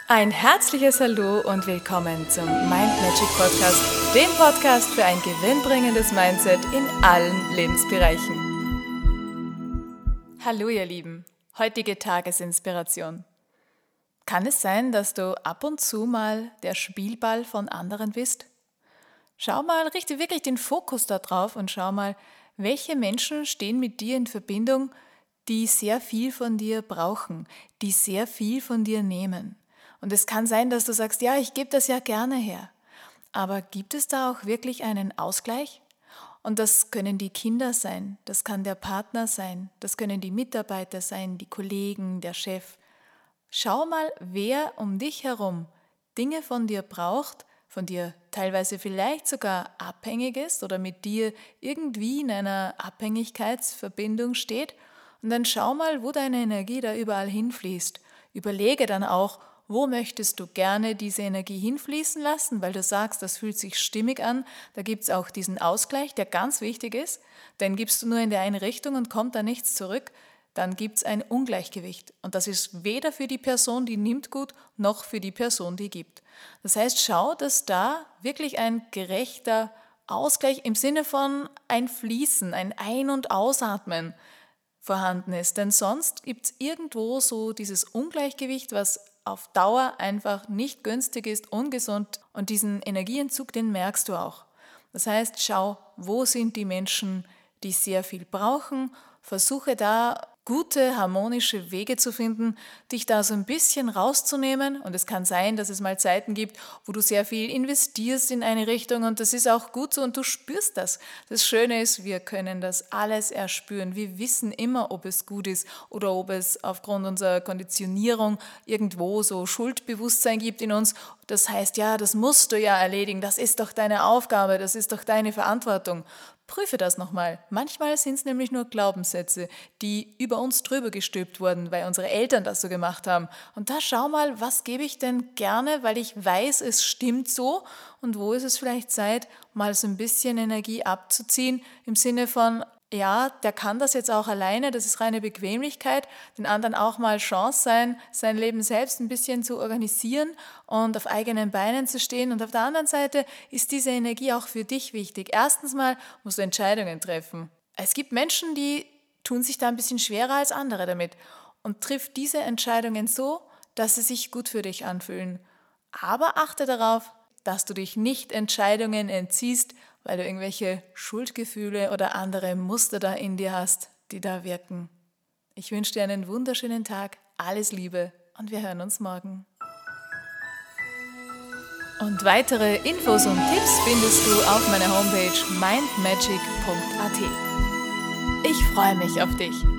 Ein herzliches Hallo und willkommen zum Mind Magic Podcast, dem Podcast für ein gewinnbringendes Mindset in allen Lebensbereichen. Hallo ihr Lieben, heutige Tagesinspiration. Kann es sein, dass du ab und zu mal der Spielball von anderen bist? Schau mal, richte wirklich den Fokus da drauf und schau mal, welche Menschen stehen mit dir in Verbindung, die sehr viel von dir brauchen, die sehr viel von dir nehmen. Und es kann sein, dass du sagst, ja, ich gebe das ja gerne her. Aber gibt es da auch wirklich einen Ausgleich? Und das können die Kinder sein, das kann der Partner sein, das können die Mitarbeiter sein, die Kollegen, der Chef. Schau mal, wer um dich herum Dinge von dir braucht, von dir teilweise vielleicht sogar abhängig ist oder mit dir irgendwie in einer Abhängigkeitsverbindung steht. Und dann schau mal, wo deine Energie da überall hinfließt. Überlege dann auch, wo möchtest du gerne diese Energie hinfließen lassen, weil du sagst, das fühlt sich stimmig an. Da gibt es auch diesen Ausgleich, der ganz wichtig ist. Denn gibst du nur in die eine Richtung und kommt da nichts zurück, dann gibt es ein Ungleichgewicht. Und das ist weder für die Person, die nimmt gut, noch für die Person, die gibt. Das heißt, schau, dass da wirklich ein gerechter Ausgleich im Sinne von ein Fließen, ein Ein- und Ausatmen vorhanden ist. Denn sonst gibt es irgendwo so dieses Ungleichgewicht, was auf Dauer einfach nicht günstig ist, ungesund, und diesen Energieentzug, den merkst du auch. Das heißt, schau, wo sind die Menschen, die sehr viel brauchen, versuche da gute, harmonische Wege zu finden, dich da so ein bisschen rauszunehmen. Und es kann sein, dass es mal Zeiten gibt, wo du sehr viel investierst in eine Richtung, und das ist auch gut so und du spürst das. Das Schöne ist, wir können das alles erspüren. Wir wissen immer, ob es gut ist oder ob es aufgrund unserer Konditionierung irgendwo so Schuldbewusstsein gibt in uns. Das heißt, ja, das musst du ja erledigen, das ist doch deine Aufgabe, das ist doch deine Verantwortung. Prüfe das nochmal. Manchmal sind es nämlich nur Glaubenssätze, die über uns drüber gestülpt wurden, weil unsere Eltern das so gemacht haben. Und da schau mal, was gebe ich denn gerne, weil ich weiß, es stimmt so, und wo ist es vielleicht Zeit, mal so ein bisschen Energie abzuziehen, im Sinne von, ja, der kann das jetzt auch alleine, das ist reine Bequemlichkeit, den anderen auch mal Chance sein, sein Leben selbst ein bisschen zu organisieren und auf eigenen Beinen zu stehen. Und auf der anderen Seite ist diese Energie auch für dich wichtig. Erstens mal musst du Entscheidungen treffen. Es gibt Menschen, die tun sich da ein bisschen schwerer als andere damit, und triff diese Entscheidungen so, dass sie sich gut für dich anfühlen. Aber achte darauf, dass du dich nicht Entscheidungen entziehst, weil du irgendwelche Schuldgefühle oder andere Muster da in dir hast, die da wirken. Ich wünsche dir einen wunderschönen Tag, alles Liebe, und wir hören uns morgen. Und weitere Infos und Tipps findest du auf meiner Homepage mindmagic.at. Ich freue mich auf dich.